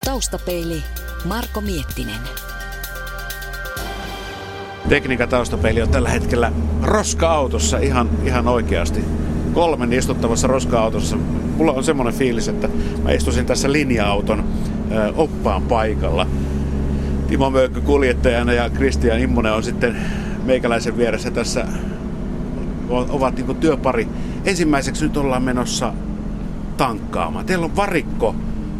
Taustapeili Marko Miettinen. Tekniikan taustapeili on tällä hetkellä roska-autossa ihan oikeasti. 3 istuttavassa roska-autossa. Mulla on semmoinen fiilis, että mä istuisin tässä linja-auton oppaan paikalla. Timo Möykkö kuljettajana ja Kristian Immonen on sitten meikäläisen vieressä tässä. Ovat niin kuin työpari. Ensimmäiseksi nyt ollaan menossa tankkaamaan. Teillä on varikko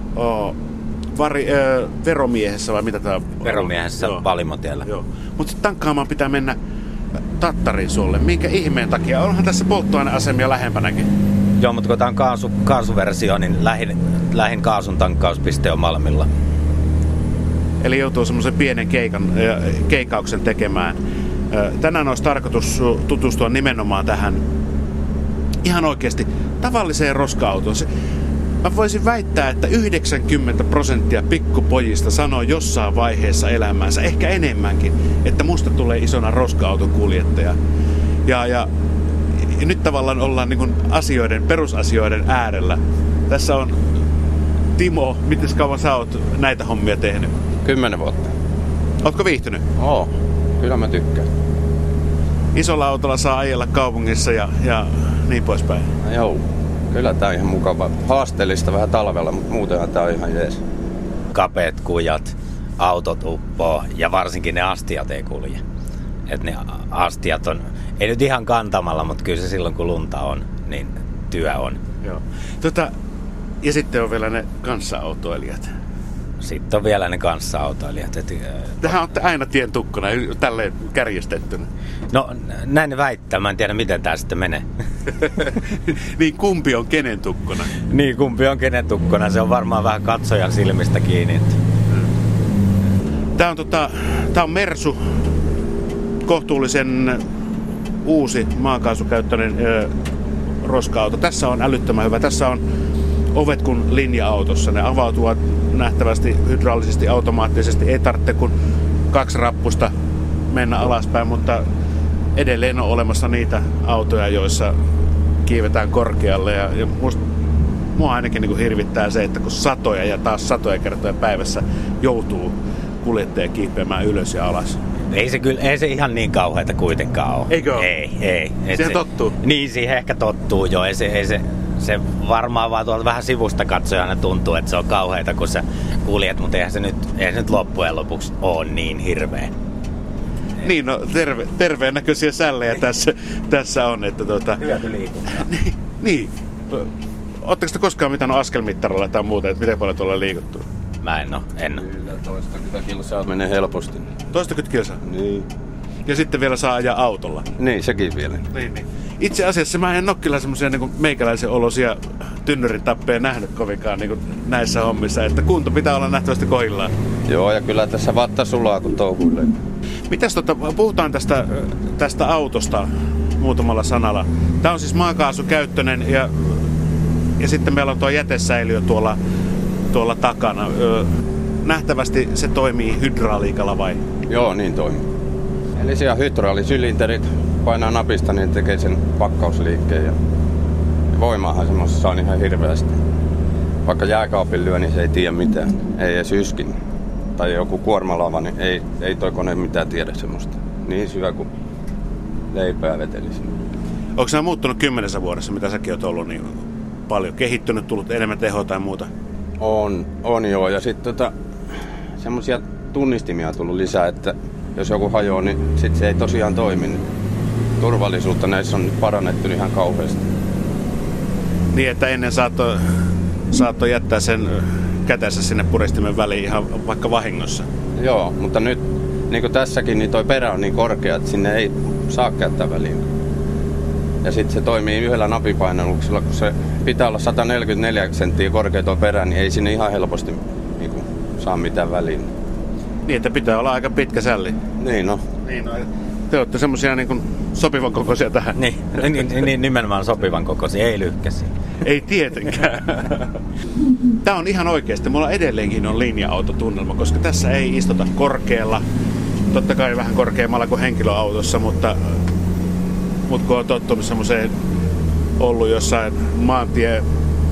veromiehessä vai mitä tää on? Veromiehessä Valimotiellä. Mutta tankkaamaan pitää mennä Tattarinsuolle. Minkä ihmeen takia? Onhan tässä polttoaineasemia lähempänäkin. Joo, mutta kun tää on kaasuversio, niin lähin kaasun tankkauspiste on Malmilla. Eli joutuu semmoisen pienen keikauksen tekemään. Tänään olisi tarkoitus tutustua nimenomaan tähän ihan oikeasti tavalliseen roska-autoon. Mä voisin väittää, että 90% pikkupojista sanoo jossain vaiheessa elämäänsä, ehkä enemmänkin, että musta tulee isona roska-auton kuljettaja. Ja nyt tavallaan ollaan niin kuin perusasioiden äärellä. Tässä on Timo, miten kauan sä oot näitä hommia tehnyt? 10 vuotta. Ootko viihtynyt? Oo, kyllä mä tykkään. Isolla autolla saa ajella kaupungissa ja niin poispäin. No joo, kyllä tää on ihan mukava. Haasteellista vähän talvella, mutta muutenhan tää on ihan jees. Kapeat kujat, autot uppoo ja varsinkin ne astiat ei kulje. Et ne astiat on, ei nyt ihan kantamalla, mutta kyllä se silloin kun lunta on, niin työ on. Joo. Ja sitten on vielä ne kanssaautoilijat. Sitten on vielä ne kanssaautoilijat. Tähän olette aina tien tukkona, tälleen kärjestettynä. No näin ne väittää, mä en tiedä miten tää sitten menee. Niin kumpi on kenen tukkona? Niin kumpi on kenen tukkona, se on varmaan vähän katsojan silmistä kiinni. Tää on Mersu, kohtuullisen uusi maakaasukäyttöinen roska-auto. Tässä on älyttömän hyvä. Tässä on ovet kuin linja-autossa. Ne avautuvat nähtävästi hydraulisesti, automaattisesti. Ei tarvitse kuin 2 rappusta mennä alaspäin, mutta edelleen on olemassa niitä autoja, joissa kiivetään korkealle. Ja mua ainakin niin kuin hirvittää se, että kun satoja ja taas satoja kertoja päivässä joutuu kuljettaja kiipeämään ylös ja alas. Ei se ihan niin kauheata kuitenkaan ole. Eikö ole? Ei. Siihen tottuu? Niin, siihen ehkä tottuu jo. Se varmaan vaan tuolta vähän sivusta katsojana tuntuu, että se on kauheata, kun sä kuljet, mutta eihän se nyt loppujen lopuksi ole niin hirveä. Niin, no terveen näköisiä sällejä tässä on. Että Hyötyliikuntaa. Niin. Ootteko te koskaan mitään askelmittarilla tai muuta, että miten paljon tuolla liikuttuu? Mä en oo. Kyllä, 20 kilsaa menee helposti. 20 kilsaa? Niin. Ja sitten vielä saa ajaa autolla? Niin, sekin vielä. Niin. Itse asiassa mä en ole kyllä semmosia niin meikäläisen olosia tynnyrin tappeja nähnyt kovinkaan niin näissä hommissa, että kunto pitää olla nähtävästi kohdillaan. Joo, ja kyllä tässä vatta sulaa kun touhuilee. Mitäs puhutaan tästä autosta muutamalla sanalla. Tää on siis maakaasukäyttöinen ja sitten meillä on tuo jätesäiliö tuolla takana. Nähtävästi se toimii hydrauliikalla vai? Joo, niin toimii. Eli siellä hydraulisylinterit painaa napista, niin tekee sen pakkausliikkeen ja voimaahan semmoisessa on ihan hirveästi. Vaikka jääkaapin lyö, niin se ei tiedä mitään. Ei edes yskin. Tai joku kuormalava, niin ei toi kone mitään tiedä semmoista. Niin syvä kuin leipää vetelisi. Onko nämä muuttunut 10 vuodessa, mitä säkin oot ollut niin paljon kehittynyt, tullut enemmän tehoa tai muuta? On joo, ja sitten semmosia tunnistimia on tullut lisää, että jos joku hajoaa, niin sitten se ei tosiaan toimi. Turvallisuutta näissä on parannettu ihan kauheasti. Niin, että ennen saattoi jättää sen kätensä sinne puristimen väliin ihan vaikka vahingossa. Joo, mutta nyt niin kuin tässäkin, niin toi perä on niin korkea, että sinne ei saa käyttää väliin. Ja sitten se toimii yhdellä napipainalluksella, kun se pitää olla 144 senttiä korkea tuo perä, niin ei sinne ihan helposti niin kuin saa mitään väliin. Niin, että pitää olla aika pitkä sälli. Niin no. Te olette semmosia niin kuin sopivan kokoisia tähän. Niin, nimenomaan sopivan kokoisia, ei lyhkäisiä. Ei tietenkään. Tää on ihan oikeesti. Mulla edelleenkin on linja-autotunnelma, koska tässä ei istuta korkealla. Totta kai vähän korkeammalla kuin henkilöautossa, mutta kun on tottunut semmoiseen ollut jossain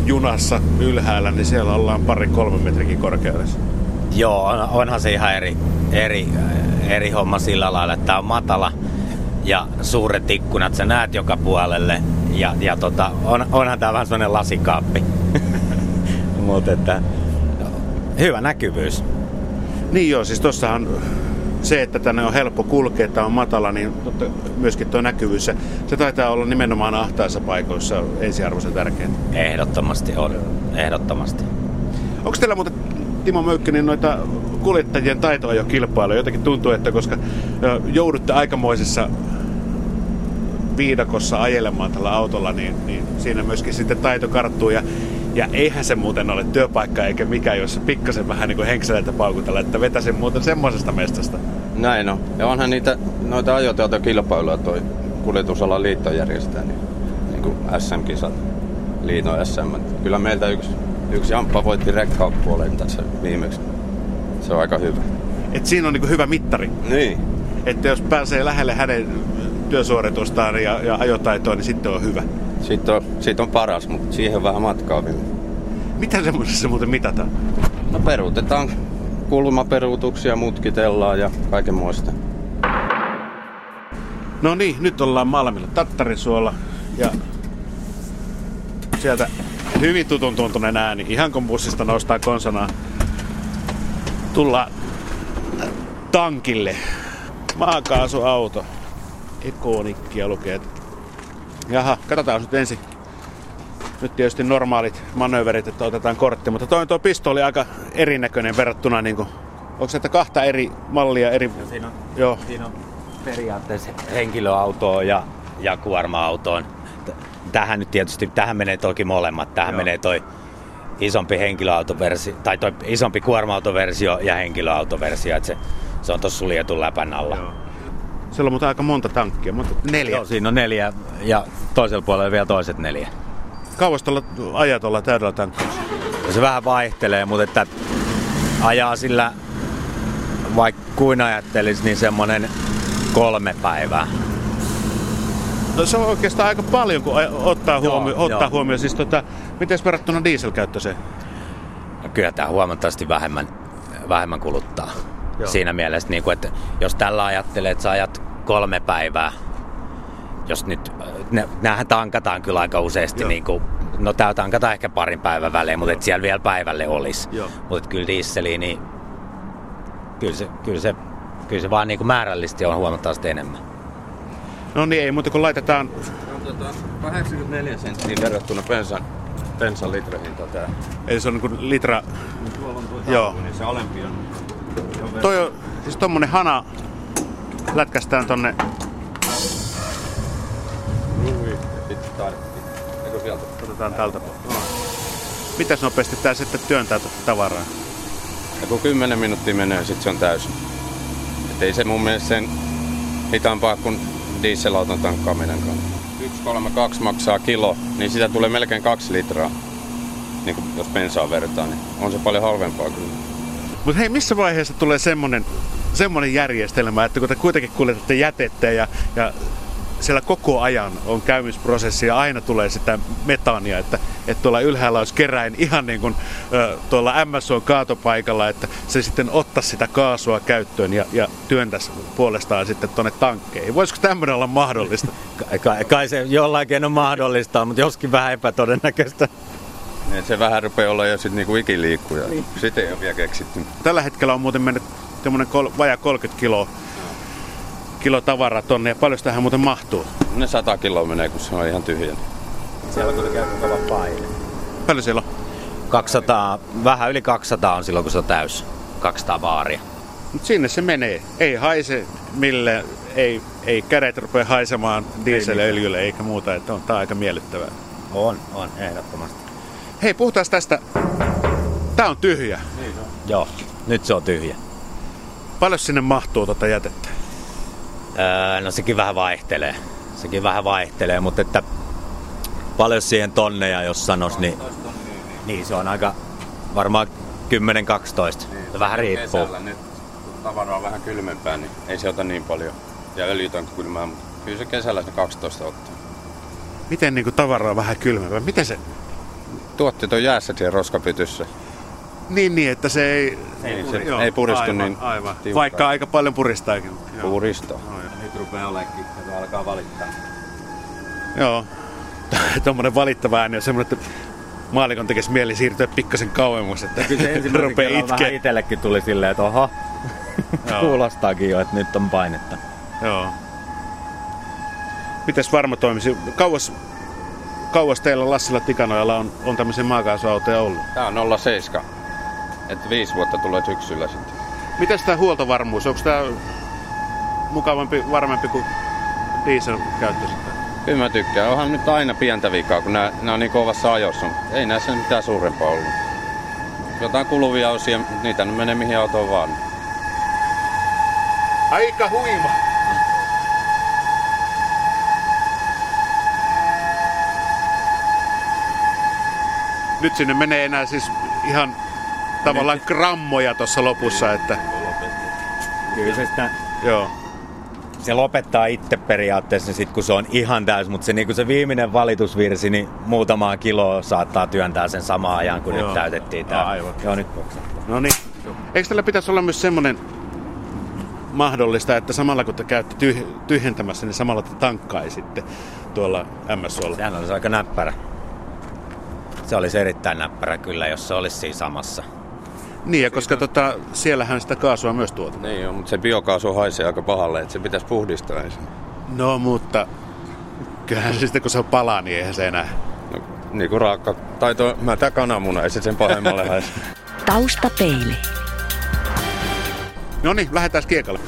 junassa ylhäällä, niin siellä ollaan 2-3 metrikin korkeudessa. Joo, onhan se ihan eri homma sillä lailla, että tää on matala ja suuret ikkunat, sä näet joka puolelle ja onhan tää vähän sellainen lasikaappi. Mutta että hyvä näkyvyys. Niin joo, siis tossahan se, että tänne on helppo kulkea, että on matala, niin myöskin tuo näkyvyys, se taitaa olla nimenomaan ahtaissa paikoissa ensiarvoisen tärkeää. Ehdottomasti on, ehdottomasti. Onko teillä muuten, Timo Möykkinen, noita kuljettajien taitoa jo kilpailu? Jotenkin tuntuu, että koska joudutte aikamoisessa viidakossa ajelemaan tällä autolla, niin siinä myöskin sitten taito karttuu. Ja eihän se muuten ole työpaikka eikä mikään, jos pikkasen vähän niin kuin henkseleitä paukutella, että vetäisin muuten semmoisesta mestasta. Näin on. Ja onhan noita ajoteotokilpailuja toi kuljetusalan liitto järjestää, niin kuin SM-kisat, liiton SM. Kyllä meiltä yksi jamppa voitti rekkapuoleen tässä viimeksi. Se on aika hyvä. Et siinä on niin kuin hyvä mittari. Niin. Että jos pääsee lähelle hänen työsuoritustaan ja ajotaitoa, niin sitten on hyvä. Siitä on paras, mutta siihen on vähän matkaa vielä. Mitä semmoisessa muuten mitataan? No peruutetaan kulmaperuutuksia, mutkitellaan ja kaikenmoista. No niin, nyt ollaan Malmilla Tattarisuolla ja sieltä hyvin tutun tuntunen ääni. Ihan kun bussista noustaa konsanaan. Tullaan tankille. Maakaasuauto. Ekonikkia lukee. Jaha, katsotaan nyt ensin. Nyt tietysti normaalit manööverit, että otetaan kortti, mutta tuo pistooli aika erinäköinen verrattuna niinku. Onko se, että 2 eri mallia eri? No, siinä on periaatteessa henkilöautoon ja kuorma-autoon. Tähän nyt tietysti, tähän menee toki molemmat. Tähän menee toi isompi henkilöautoversio, tai toi isompi kuorma-autoversio ja henkilöautoversio, että se on tuossa suljetun läpän alla. Joo. Siellä on mutta aika monta tankkia, 4. Joo, siinä on 4 ja toisella puolella vielä toiset 4. Kauas tuolla ajat olla täydellä tankkia? Se vähän vaihtelee, mutta että ajaa sillä, vaikka kuin ajattelisi, niin semmonen 3 päivää. No se on oikeastaan aika paljon, kun ottaa huomioon. Siis miten verrattuna dieselkäyttöiseen? No kyllä tämä huomattavasti vähemmän kuluttaa. Joo. Siinä mielessä, niin kuin, että jos tällä ajattelee, että sä ajat 3 päivää, jos nyt, näähän tankataan kyllä aika useasti, niin kuin, no tää tankataan ehkä 2 päivän välein, mutta et siellä vielä päivälle olisi. Mutta kyllä dieseliä, niin kyllä se vaan niin kuin määrällisesti on huomattavasti enemmän. No niin, ei muuta kuin laitetaan... 84 senttiä verrattuna bensan litrahinta tää. Eli se on niin kuin litra... Tuolla on joo. Niin se alempi on... Toi on siis tommonen hana lätkästään tonne... Eikö sieltä? Otetaan tältä puolelta. Mitäs nopeasti tää sitten työntää tavaraa? Ja kun 10 minuuttia menee, sit se on täysin. Et ei se mun mielestä sen hitaampaa kuin dieselauton tankkaaminenkaan. 1,32 maksaa kilo, niin sitä tulee melkein 2 litraa. Niin jos bensaa vertaa, niin on se paljon halvempaa kyllä. Mutta hei, missä vaiheessa tulee semmonen järjestelmä, että kun te kuitenkin kuljetatte jätettä ja siellä koko ajan on käymisprosessi ja aina tulee sitä metaania, että tuolla ylhäällä olisi keräin ihan niin kuin tuolla MSO-kaatopaikalla, että se sitten ottaisi sitä kaasua käyttöön ja työntäisi puolestaan sitten tuonne tankkeihin. Voisiko tämmöinen olla mahdollista? Kai se jollain keinoin mahdollista, mutta joskin vähän epätodennäköistä. Niin, se vähän rupeaa olla jo sitten niinku ikiliikkuja. Niin. Sitä ei ole vielä keksitty. Tällä hetkellä on muuten mennyt tämmöinen vajaa 30 kilo tavaraa tonne ja paljon tähän muuten mahtuu? Ne 100 kiloa menee, kun se on ihan tyhjä. Siellä on kuitenkin aika kova paine. Paljon siellä on? 200, vähän yli 200 on silloin, kun se on täys. 200 baaria. Mut sinne se menee. Ei haise millään, ei kädet rupea haisemaan dieselöljylle eikä muuta, että tää on aika miellyttävää. On, ehdottomasti. Hei, puhutaan tästä. Tää on tyhjä. Niin on. Joo, nyt se on tyhjä. Paljon sinne mahtuu tota jätettä? No sekin vähän vaihtelee. Mutta että paljon siihen tonneja, jos sanois, niin se on aika varmaan 10-12. Niin, vähän riippuu. Kesällä nyt, kun tavara on vähän kylmempää, niin ei se ota niin paljon. Ja öljyt on kylmää, mutta kyllä se kesällä se 12 ottaa. Miten niin kuin tavaraa vähän kylmempää? Miten se... tuotteet on jäässä siellä roskapytyssä. Niin, että se ei puristu aivan, niin aivan. tiukkaan. Vaikka aika paljon puristaakin. Puristoo. Nyt rupeaa olemaan, että alkaa valittaa. Joo. Tuommoinen valittava ääni on semmoinen, että maalikon tekisi mieli siirtyä pikkasen kauemmas, että kyllä se ensimmäisen rupeaa kerran vähän itsellekin tuli silleen, että oho, kuulostaakin jo, että nyt on painetta. Joo. Mites varma toimisi? Kauas teillä Lassila Tikanojalla on tämmöisiä maakaasuautoja ollut? Tää on 07. Että 5 vuotta tulee syksyllä sitten. Mites tää huoltovarmuus? Onko tää varmempi kuin dieselkäyttö sitten? Kyllä mä tykkään. Onhan nyt aina pientä vikaa, kun nää on niin kovassa ajossa. Ei näissä mitään suurempaa ollut. Jotain kuluvia osia, niitä nyt menee mihin autoon vaan. Aika huima! Nyt sinne menee enää siis ihan tavallaan grammoja tuossa lopussa, että... Kyllä se sitä... Joo. Se lopettaa itse periaatteessa sit, kun se on ihan täys, mutta se viimeinen valitusvirsi, niin muutamaa kiloa saattaa työntää sen samaan ajan, kun nyt täytettiin tää. Aivan. Joo, nyt poksattaa. No niin. Eikö tällä pitäisi olla myös semmoinen mahdollista, että samalla kun te käytte tyhjentämässä, niin samalla te tankkaisitte tuolla MSOlla? Sehän olisi aika näppärä. Se olisi erittäin näppärä kyllä, jos se olisi siinä samassa. Niin, ja koska siellähän sitä kaasua myös tuotetaan. Niin on, mutta se biokaasu haisee aika pahalle, että se pitäisi puhdistaa ensin. No, mutta kyllähän se sitten kun se on palaa, niin eihän se enää. No, niin kuin raakka. Tai tää kananmuna, ei se sen pahemmalle haise. Taustapeili. No niin, lähdetään kiekalle.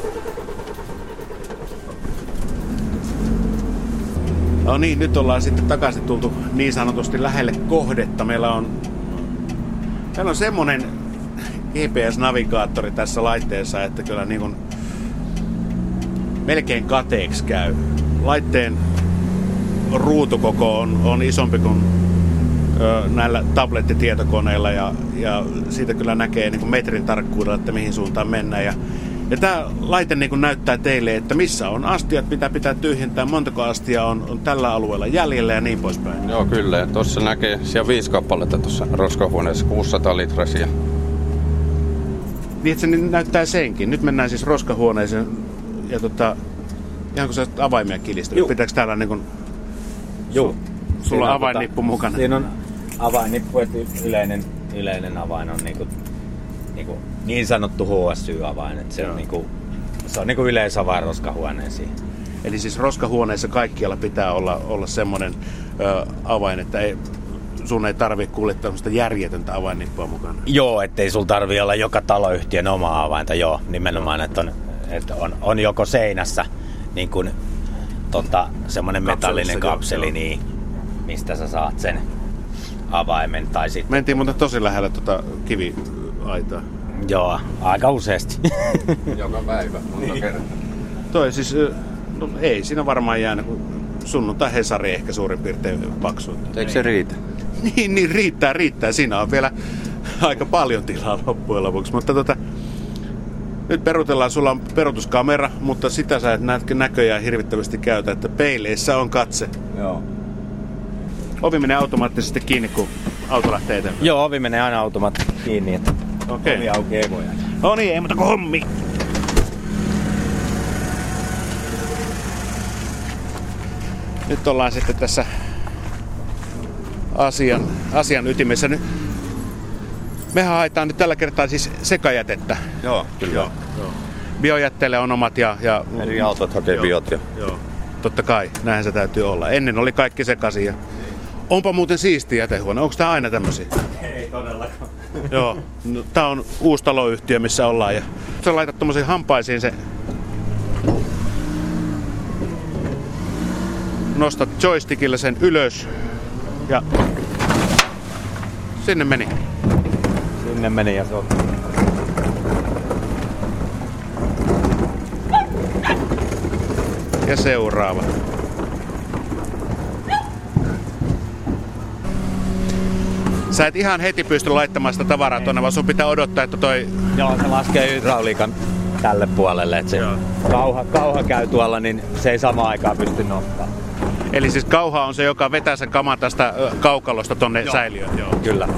No niin, nyt ollaan sitten takaisin tultu niin sanotusti lähelle kohdetta. Meillä on semmonen GPS-navigaattori tässä laitteessa, että kyllä niin kuin melkein kateeksi käy. Laitteen ruutukoko on isompi kuin näillä tablettitietokoneilla ja siitä kyllä näkee niin kuin metrin tarkkuudella, että mihin suuntaan mennään. Ja tämä laite niin kuin näyttää teille, että missä on astiat, mitä pitää tyhjentää, montako astia on tällä alueella jäljellä ja niin poispäin. Joo, kyllä. Ja tuossa näkee siellä 5 kappaletta tuossa roskahuoneessa, 600 litrasia. Niin, että se näyttää senkin. Nyt mennään siis roskahuoneeseen ja ihan kun sä avaimia kilistynyt. Pitääkö täällä niin kuin... Joo. Sulla on avainnippu mukana. Siinä on avainnippu, että yleinen avain on niin sanottu HSY-avain. Että se on yleisavain roskahuoneisiin. Eli siis roskahuoneessa kaikkialla pitää olla semmoinen avain, että sun ei tarvitse kuljettaa tämmöistä järjetöntä avainnippua mukana. Joo, ettei sulla tarvitse olla joka taloyhtiön omaa avainta. Joo, nimenomaan, että on joko seinässä niin kuin semmoinen metallinen kapseli, niin, mistä sä saat sen avaimen. Tai sitten... Mentiin muuten tosi lähellä kiviaitaa. Joo, aika useasti. Joka päivä, monta kertaa. Toi siis, no ei siinä varmaan jäänyt, sunnuntai Hesari ehkä suurin piirtein paksuutta. Eikö se riitä? Niin riittää. Siinä on vielä aika paljon tilaa loppujen lopuksi, mutta nyt perutellaan, sulla on peruutuskamera, mutta sitä sä et näköjään hirvittävästi käytä, että peileissä on katse. Joo. Ovi menee automaattisesti kiinni, kun auto lähtee eteenpäin. Joo, ovi menee aina automaattisesti kiinni, että ovi auki ei voi. No niin, ei muuta kuin hommi. Nyt ollaan sitten tässä asian ytimessä. Mehän haetaan nyt tällä kertaa siis sekajätettä. Joo, kyllä. Joo. Biojätteelle on omat ja eri autot hakee biot. Joo. Totta kai, näinhän se täytyy olla. Ennen oli kaikki sekaisin. Onpa muuten siisti jätehuone. Onko tää aina tämmösiä? Ei todellakaan. Joo. No, tää on uusi taloyhtiö, missä ollaan. Ja sä laitat tommosiin hampaisiin se. Nostat joystickilla sen ylös. Ja sinne meni. Sinne meni ja se on. Ja seuraava. Sä et ihan heti pysty laittamaan sitä tavaraa tuonne, vaan sun pitää odottaa, että toi... Joo, se laskee hydrauliikan tälle puolelle, että se kauha käy tuolla, niin se ei samaan aikaan pysty nostamaan. Eli siis kauha on se, joka vetää sen kaman tästä kaukalosta tonne säiliöön. Joo. Kyllä.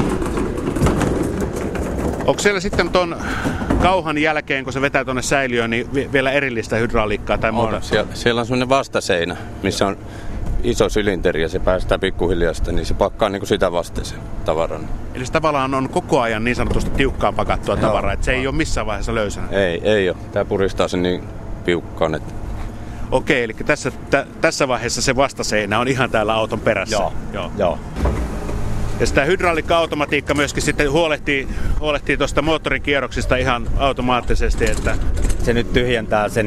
Onko siellä sitten ton kauhan jälkeen, kun se vetää tonne säiliöön, niin vielä erillistä hydrauliikkaa tai muuta? Siellä on semmoinen vastaseinä, missä on iso sylinteri ja se päästää pikkuhiljaa sitä, niin se pakkaa niin kuin sitä vasten sen tavaran. Eli se tavallaan on koko ajan niin sanotusti tiukkaan pakattua tavaraa, että se ei ole missään vaiheessa löysänä? Ei ole. Tää puristaa sen niin piukkaan, että... Okei, eli tässä vaiheessa se vastaseinä on ihan täällä auton perässä? Joo. Ja sitä hydraulikka-automatiikka myöskin sitten huolehtii tuosta moottorin kierroksista ihan automaattisesti, että... Se nyt tyhjentää sen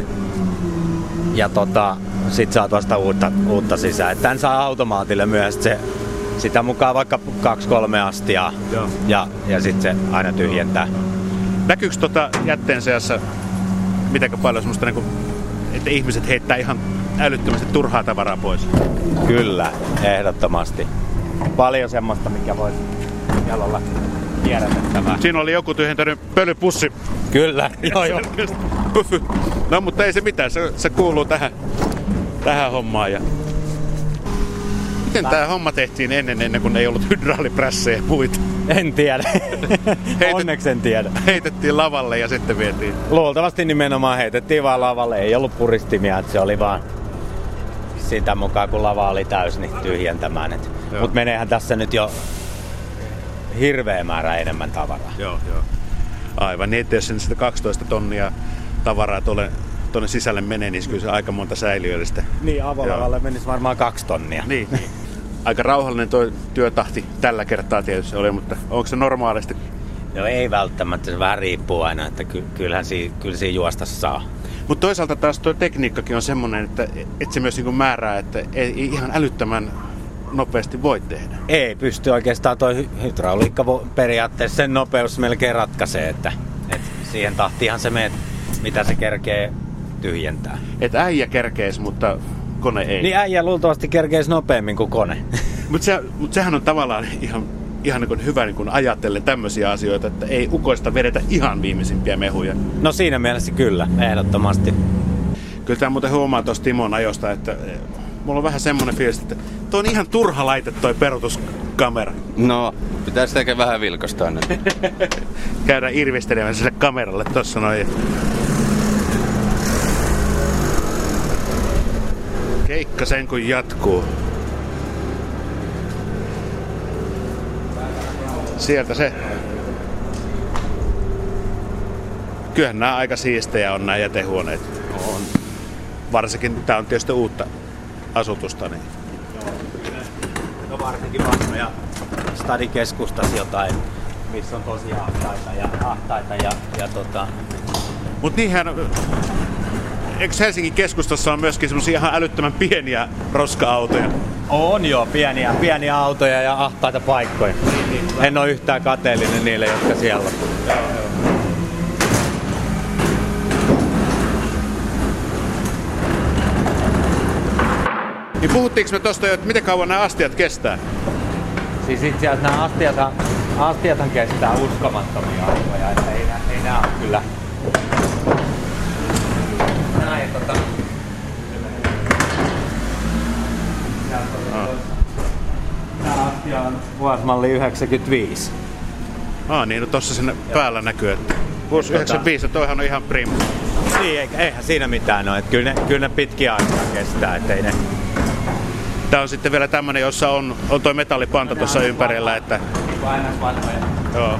ja sit saat vasta uutta sisään. Tän saa automaatille myös sitä mukaan vaikka 2-3 astiaa. Joo. Ja sit se aina tyhjentää. Näkyykö jätteen seassa mitenkä paljon semmoista niinku, että ihmiset heittää ihan älyttömästi turhaa tavaraa pois? Kyllä, ehdottomasti. Paljon semmoista, mikä voisi vielä olla kierrätettävää. Siinä oli joku tyhjentänyt pölypussi. Kyllä, joo. No mutta ei se mitään, se kuuluu tähän hommaan. Ja... Miten tää homma tehtiin ennen kuin ei ollut hydrauliprässejä ja muita? En tiedä. Onneksi en tiedä. Heitettiin lavalle ja sitten vietiin. Luultavasti nimenomaan heitettiin vaan lavalle. Ei ollut puristimia, että se oli vaan sitä mukaan kun lava oli täys, niin tyhjentämään. Mutta meneehän tässä nyt jo hirveä määrä enemmän tavaraa. Joo. Aivan niin, että jos sen 12 tonnia tavaraa tuonne sisälle menee, niin kyllä se aika monta säiliöllistä. Niin, avolavalle menisi varmaan 2 tonnia. Niin. Aika rauhallinen tuo työtahti tällä kertaa tietysti oli, mutta onko se normaalisti? No ei välttämättä, se vähän riippuu aina, että kyllä siinä juosta saa. Mutta toisaalta taas tuo tekniikkakin on semmoinen, että se myös niin määrää, että ei ihan älyttömän nopeasti voi tehdä. Ei pysty oikeastaan, tuo hydrauliikka periaatteessa sen nopeus melkein ratkaisee, että siihen tahtiinhan se menee, mitä se kerkee tyhjentää. Että äijä kerkees, mutta kone ei. Niin äijä luultavasti kerkeisi nopeammin kuin kone. Mutta sehän on tavallaan ihan niin kuin hyvä niin kuin ajatellen tämmöisiä asioita, että ei ukoista vedetä ihan viimeisimpiä mehuja. No siinä mielessä kyllä, ehdottomasti. Kyllä tämä muuten huomaa tuosta Timon ajosta, että mulla on vähän semmoinen fiilis, että tuo on ihan turha laite toi peruutuskamera. No, pitäisi tekee vähän vilkastaa nyt. Käydään irvistelemään sille kameralle tossa noin. Keikka sen kun jatkuu. Sieltä se. Kyllähän nämä aika siistejä on nämä jätehuoneet. On. Varsinkin tää on tietysti uutta asutusta. Niin. No varsinkin vanhoja stadikeskustas jotain, missä on tosi ahtaita ja Mut niinhän, eikö Helsingin keskustassa on myöskin semmosia ihan älyttömän pieniä roska-autoja? On joo, pieniä autoja ja ahtaita paikkoja. En ole yhtään kateellinen niille, jotka siellä on. Niin puhuttiinko me tosta jo, että miten kauan nämä astiat kestää? Siis itse asiassa nämä astiathan kestää uskomattomia aikoja, että ei nää ole kyllä. Näin Tää astia on vuosimalli 95. Niin no tossa sinne päällä näkyy, että vuosi 95, toihan on ihan prima. Niin, eihän siinä mitään ole, että kyllä ne pitkiä aikaa kestää, ettei ne. Tää on sitten vielä tämmönen, jossa on toi metallipanta tuossa ympärillä, että... Joo.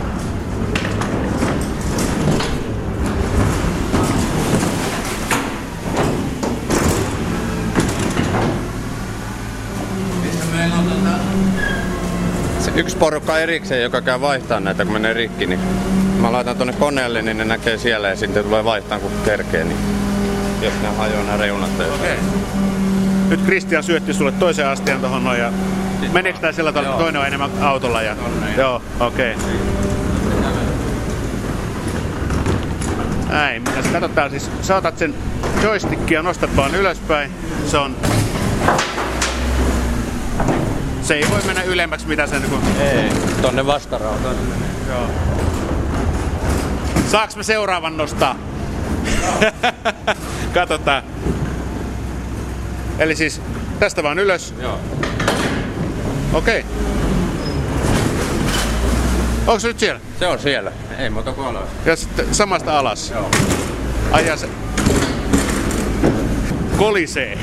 Se yksi porukka erikseen, joka käy vaihtaa näitä, kun menee rikki, niin mä laitan tonne koneelle, niin ne näkee siellä ja sitten tulee vaihtaa, kun kerkee, niin jos ne hajoaa nämä reunat. Okay. Nyt Kristian syötti sulle toisen astian tohon noin ja meneekö tää sillä tavalla, että toinen on enemmän autolla ja... Joo, okei. Okay. Näin, mitäs katsotaan siis, saatat sen joystickia, nostat vaan ylöspäin, se ei voi mennä ylemmäksi mitä sen kun... Ei, tonne vastarautaan. Joo. Saaks mä seuraavan nostaa? Katsotaan. Eli siis Tästä vaan ylös. Joo. Okei. Onko se nyt siellä? Se on siellä. Ei muuta kuin alas. Ja sitten samasta alas. Joo. Aja se. Kolisee.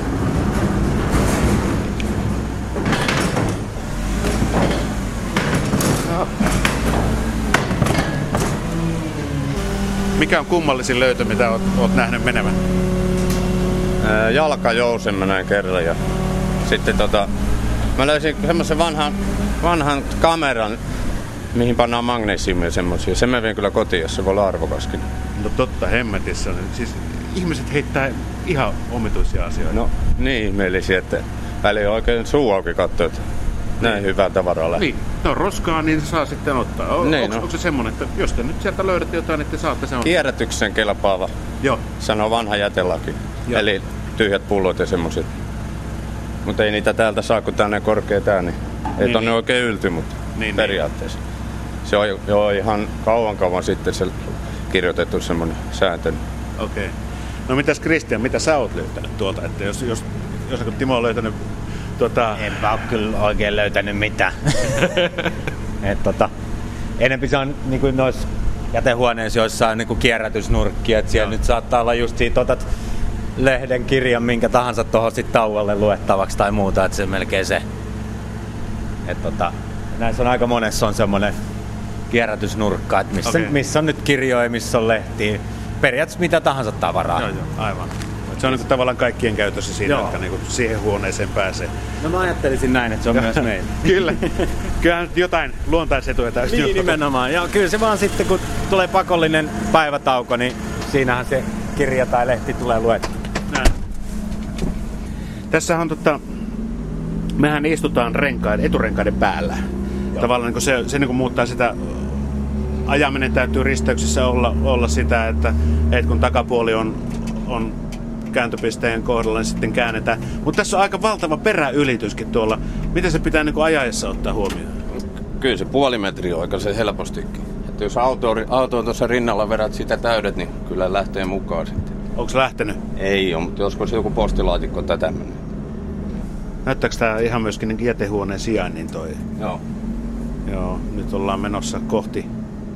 Mikä on kummallisin löytö, mitä oot nähnyt menevän? Jalkajousen mä näin kerran ja sitten mä löysin semmoisen vanhan kameran, mihin pannaan magnesiumia semmosia. Se mä vien kyllä kotiin, jos se voi olla arvokaskin. No totta hemmetissä. Siis ihmiset heittää ihan omituisia asioita. No niin ihmeellisiä, että väliin oikein suu auki katsoo, että näin hyvää tavaraa lähtee. Niin, no roskaa, niin se saa sitten ottaa. Onko se semmonen, että jos te nyt sieltä löydätte jotain, niin te saatte sen ottaa? Kierrätyksen kelpaava, Joo. sanoo vanha jätelaki. Joo. Eli tyhjät pullot ja semmoset. Mutta ei niitä täältä saa, kun tänne korkea tää, niin ei tonne oikein ylty, mutta periaatteessa. Se on jo ihan kauan sitten se kirjoitettu semmonen sääntö. Okei. No mitäs Kristian, mitä sä oot löytänyt tuolta? Että jos Timo on löytänyt Enpä oo kyllä oikein löytänyt mitään. Enempi se on niinku noissa jätehuoneissa joissain niinku kierrätysnurkkia, että siellä nyt saattaa olla just siitä otat lehden, kirjan, minkä tahansa tohon sit tauolle luettavaksi tai muuta, että se on melkein se. Näissä on aika monessa on semmonen kierrätysnurkka, että missä on nyt kirjoja, missä on lehtiä. Periaatteessa mitä tahansa tavaraa. Joo, aivan. Se on niinku tavallaan kaikkien käytössä siinä, jotka niinku siihen huoneeseen pääsee. No mä ajattelisin näin, että se on myös meillä. Kyllä. Kyllähän luontaisen luontaisetuja täysin. Niin nimenomaan. Ja kyllä se vaan sitten, kun tulee pakollinen päivätauko, niin siinähän se kirja tai lehti tulee luettu. Näin. Tässähän on mehän istutaan eturenkaiden päällä. Joo. Tavallaan niin se niin muuttaa sitä. Ajaminen täytyy risteyksissä olla sitä, että kun takapuoli on kääntöpisteen kohdalla, niin sitten käännetään. Mutta tässä on aika valtava peräylityskin tuolla. Miten se pitää niin ajaessa ottaa huomioon? Kyllä se puoli metriä oikaisee helpostikin. Että jos auto on tuossa rinnalla verrat sitä täydet, niin kyllä lähtee mukaan sitten. Onko se lähtenyt? Ei ole, mutta joskus joku postilaatikko tai tämmöinen. Näyttääkö tämä ihan myöskin niin jätehuoneen sijainnin toi? Joo. Joo, nyt ollaan menossa kohti.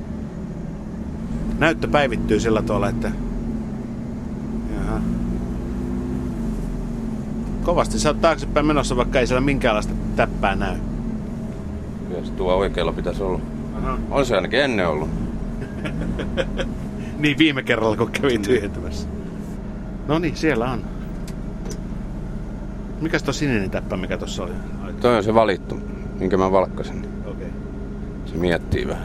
Näyttö päivittyy sillä tavalla, että jaha. Kovasti sä oot taaksepäin menossa, vaikka ei siellä minkäänlaista täppää näy. Kyllä se tuo oikealla pitäisi olla. Aha. On se ainakin ennen ollut. Niin viime kerralla, kun kävi tyhjentämässä. No niin, siellä on. Mikäs tuo sininen täppä, mikä tuossa oli? Toi on se valittu, minkä mä valkkasin. Okei. Se miettii vähän.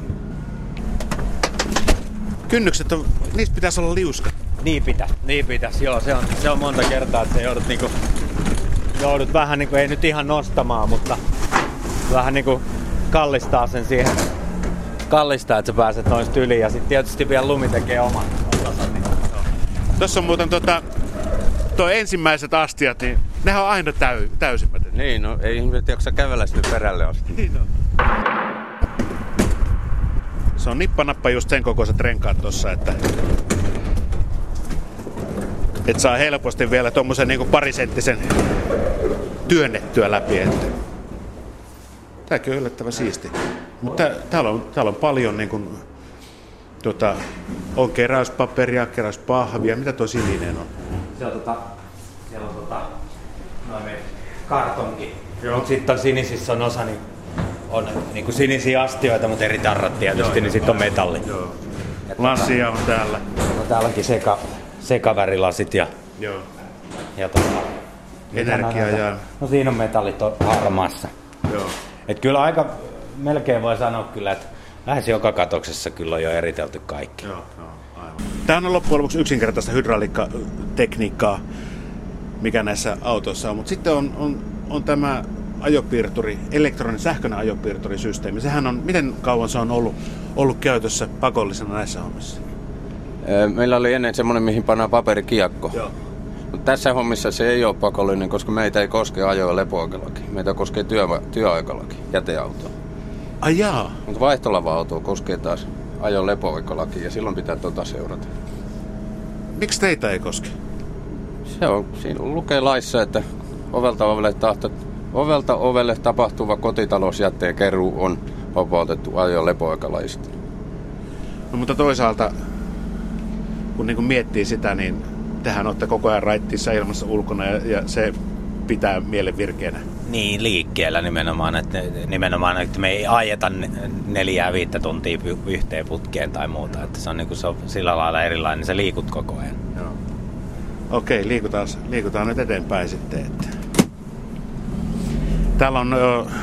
Kynnykset niistä pitäisi olla liuskat. Niin pitäisi. Joo, se on monta kertaa, että joudut vähän niinku, ei nyt ihan nostamaan, mutta vähän niinku kallistaa sen siihen. Kallistaa, että sä pääset noista yli ja sitten tietysti vielä lumi tekee oman osansa. Niin. Tuossa on muuten tuo ensimmäiset astiat, niin nehän on aina täysimmät. Niin, no ei ihmiset jaksa kävellä sinne perälle asti. Niin on. Se on nippanappa just sen kokoiset renkaat tossa, että et saa helposti vielä tommosen niinku parisenttisen työnnettyä läpi. Että. Tääkin on yllättävän siisti. Mutta täällä on paljon niinku, on keräyspaperia, keräyspahvia. Mitä tuo sininen on? Se on siellä on noin kartonki. Mut sitten on sinisissä on osa on niinku sinisiä astioita, mutta eri tarrat tietysti, niin sitten on metalli. Joo. Lasia on täällä. No, täällä onkin sekavärilasit ja energia ja... No siinä on metallit harmaassa. Joo. Et kyllä aika melkein voi sanoa kyllä, että lähes joka katoksessa kyllä on jo eritelty kaikki. Joo, aivan. Tämä on loppujen lopuksi yksinkertaista hydrauliikkatekniikkaa, mikä näissä autoissa on. Mutta sitten on tämä ajopiirturi, elektroninen sähköinen ajopiirturisysteemi. Sehän on, miten kauan se on ollut käytössä pakollisena näissä hommissa? Meillä oli ennen semmoinen, mihin pannaan paperikiekko. Joo. Mutta tässä hommissa se ei ole pakollinen, koska meitä ei koske ajo- ja lepoaikalaki. Meitä koskee työaikalaki, jäteautoa. Ai jaa. Mutta vaihtolava-autoa koskee taas ajo- ja lepoaikalaki ja silloin pitää seurata. Miksi teitä ei koske? Siinä lukee laissa, että Ovelta ovelle tapahtuva kotitalousjätteen keruu on vapautettu ajo- ja lepoaikalaista. No, mutta toisaalta, kun niin kuin miettii sitä, niin tehän olette koko ajan raittiissa ilmassa ulkona ja se pitää mielen virkeänä. Niin, liikkeellä nimenomaan, että me ei ajeta 4-5 tuntia yhteen putkeen tai muuta. Että se on sillä lailla erilainen, se liikut koko ajan. Joo. Okei, liikutaan nyt eteenpäin sitten. Että. Täällä on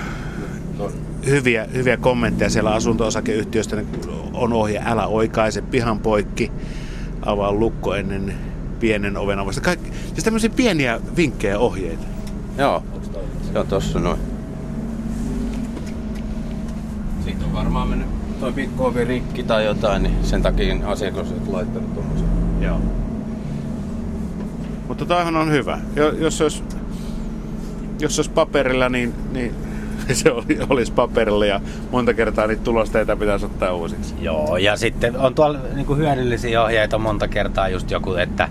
hyviä kommentteja siellä asunto-osakeyhtiöistä. On ohje, älä oikaise pihan poikki, avaa lukko ennen pienen oven avasta. Siis tämmöisiä pieniä vinkkejä ohjeita. Joo, se on tossa noin. Siitä on varmaan mennyt toi pikku-ovi rikki tai jotain, niin sen takia asiakas on laittanut tommosen. Joo. Mutta toihan on hyvä. Jos olisi paperilla, niin se olisi paperilla ja monta kertaa niitä tulosteita pitäisi ottaa uusiksi. Joo, ja sitten on tuolla niinku hyödyllisiä ohjeita monta kertaa just joku, että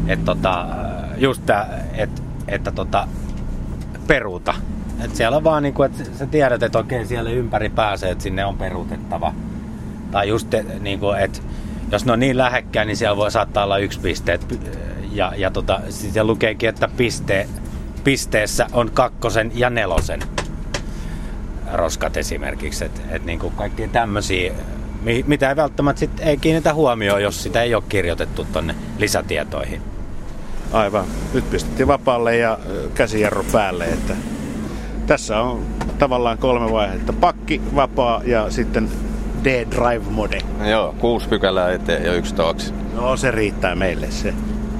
peruuta. Et siellä on vaan niinku, että sä tiedät, että okei, siellä ympäri pääsee, että sinne on peruutettava. Tai just niinku, että jos ne on niin lähekkäin, niin siellä saattaa olla 1 piste. Ja siellä lukeekin, että pisteessä on 2 ja 4 roskat esimerkiksi. Et niinku kaikkia tämmöisiä, mitä ei välttämättä sit ei kiinnitä huomioon, jos sitä ei ole kirjoitettu tonne lisätietoihin. Aivan. Nyt pistettiin vapaalle ja käsijarru päälle. Että tässä on tavallaan 3 vaihetta. Pakki, vapaa ja sitten D-Drive mode. Joo, 6 pykälää eteen ja 1 taakse. No se riittää meille se.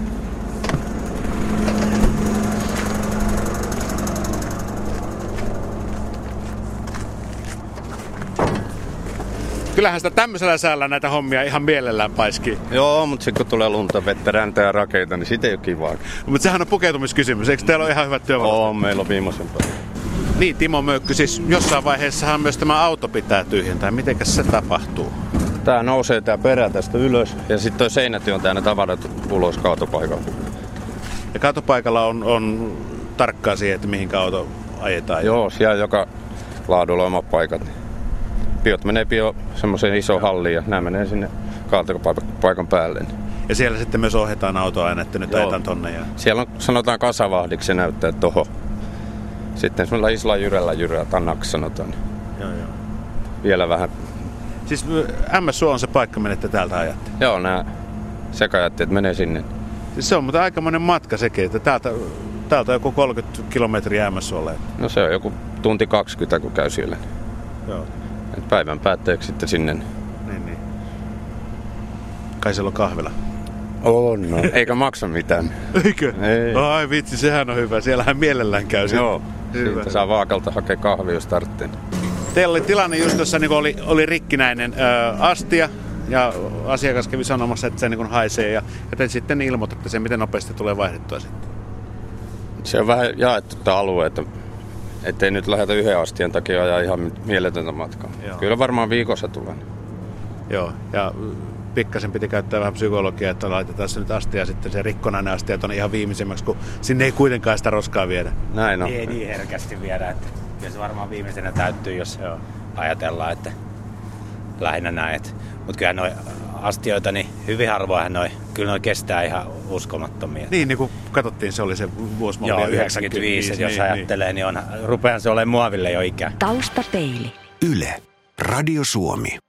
Kyllähän sitä tämmöisellä säällä näitä hommia ihan mielellään paiskii. Joo, mutta sitten kun tulee lunta, vettä, räntää ja rakeita, niin siitä ei ole kivaa. Mutta sehän on pukeutumiskysymys. Eikö teillä ole ihan hyvät työvarat? On, meillä on viimeisempää. Niin, Timo Möykky, siis jossain vaiheessahan myös tämä auto pitää tyhjentää. Mitenkäs se tapahtuu? Tää nousee tää perä tästä ylös ja sitten toi seinätyö on täynnä tavarat ulos kaatopaikalla. Ja kaatopaikalla on tarkkaa siihen, että mihinkä auto ajetaan. Joo, siellä joka laadulla on omat paikat. Piot menee semmoiseen isoon halliin ja nämä menee sinne kaatopaikan päälle. Ja siellä sitten myös ohjataan autoa aina, että nyt ajetaan tonne. Ja... Siellä on, sanotaan kasavahdiksi, se näyttää toho. Sitten semmoilla isolla jyrää, tannaksi sanotaan. Joo. Vielä vähän. Siis MSU on se paikka, minne te täältä ajatte? Joo, nämä sekajätteet menee sinne. Siis se on mutta aikamoinen matka sekin, että täältä on joku 30 kilometriä MSUlle. No se on joku tunti 20, kun käy siellä. Joo. Et päivän päätteeksi sitten sinne. Niin. Kai siellä on kahvila. On, no. Eikä maksa mitään. Eikö? Ei. Ai vitsi, sehän on hyvä. Siellähän mielellään käy. Joo, hyvä. Siitä saa vaakalta hakea kahvia, jos tarvitsee. Teillä oli tilanne just tuossa, niin oli rikkinäinen astia ja asiakas kävi sanomassa, että se niin haisee ja te sitten ilmoitatte sen, miten nopeasti tulee vaihdettua sitten. Se on vähän jaettu tämä alue, ettei nyt lähdetä 1 astian takia ajaa ihan mieletöntä matkaa. Joo. Kyllä varmaan viikossa tulee. Joo, ja pikkasen piti käyttää vähän psykologiaa, että laitetaan se nyt astia sitten se rikkonainen astia tuonne ihan viimeisimmäksi, kun sinne ei kuitenkaan sitä roskaa viedä. Näin on. Ei niin herkästi viedä, että kyllä se varmaan viimeisenä täyttyy, jos ajatellaan, että lähinnä näin. Mutta kyllä noi astioita, niin hyvin harvoinhan kyllä noi kestää ihan uskomattomia. Niin kuin katsottiin, se oli se vuosimalli. Joo, 95, jos ajattelee, niin rupeaa se olemaan muoville jo ikä. Taustapeili. Yle. Radio Suomi.